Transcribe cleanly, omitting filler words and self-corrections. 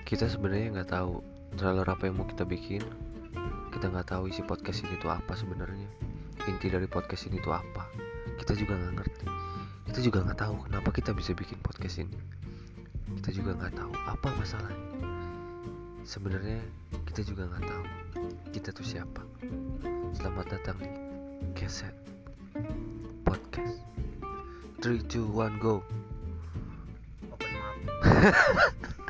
Kita sebenarnya nggak tahu trailer apa yang mau kita bikin. Kita nggak tahu isi podcast ini tuh apa sebenarnya. Inti dari podcast ini tuh apa? Kita juga nggak ngerti. Kita juga nggak tahu kenapa kita bisa bikin podcast ini. Kita juga nggak tahu apa masalahnya. Sebenarnya kita juga nggak tahu kita tuh siapa. Selamat datang di Keset Podcast. 3, 2, 1, go. Open map.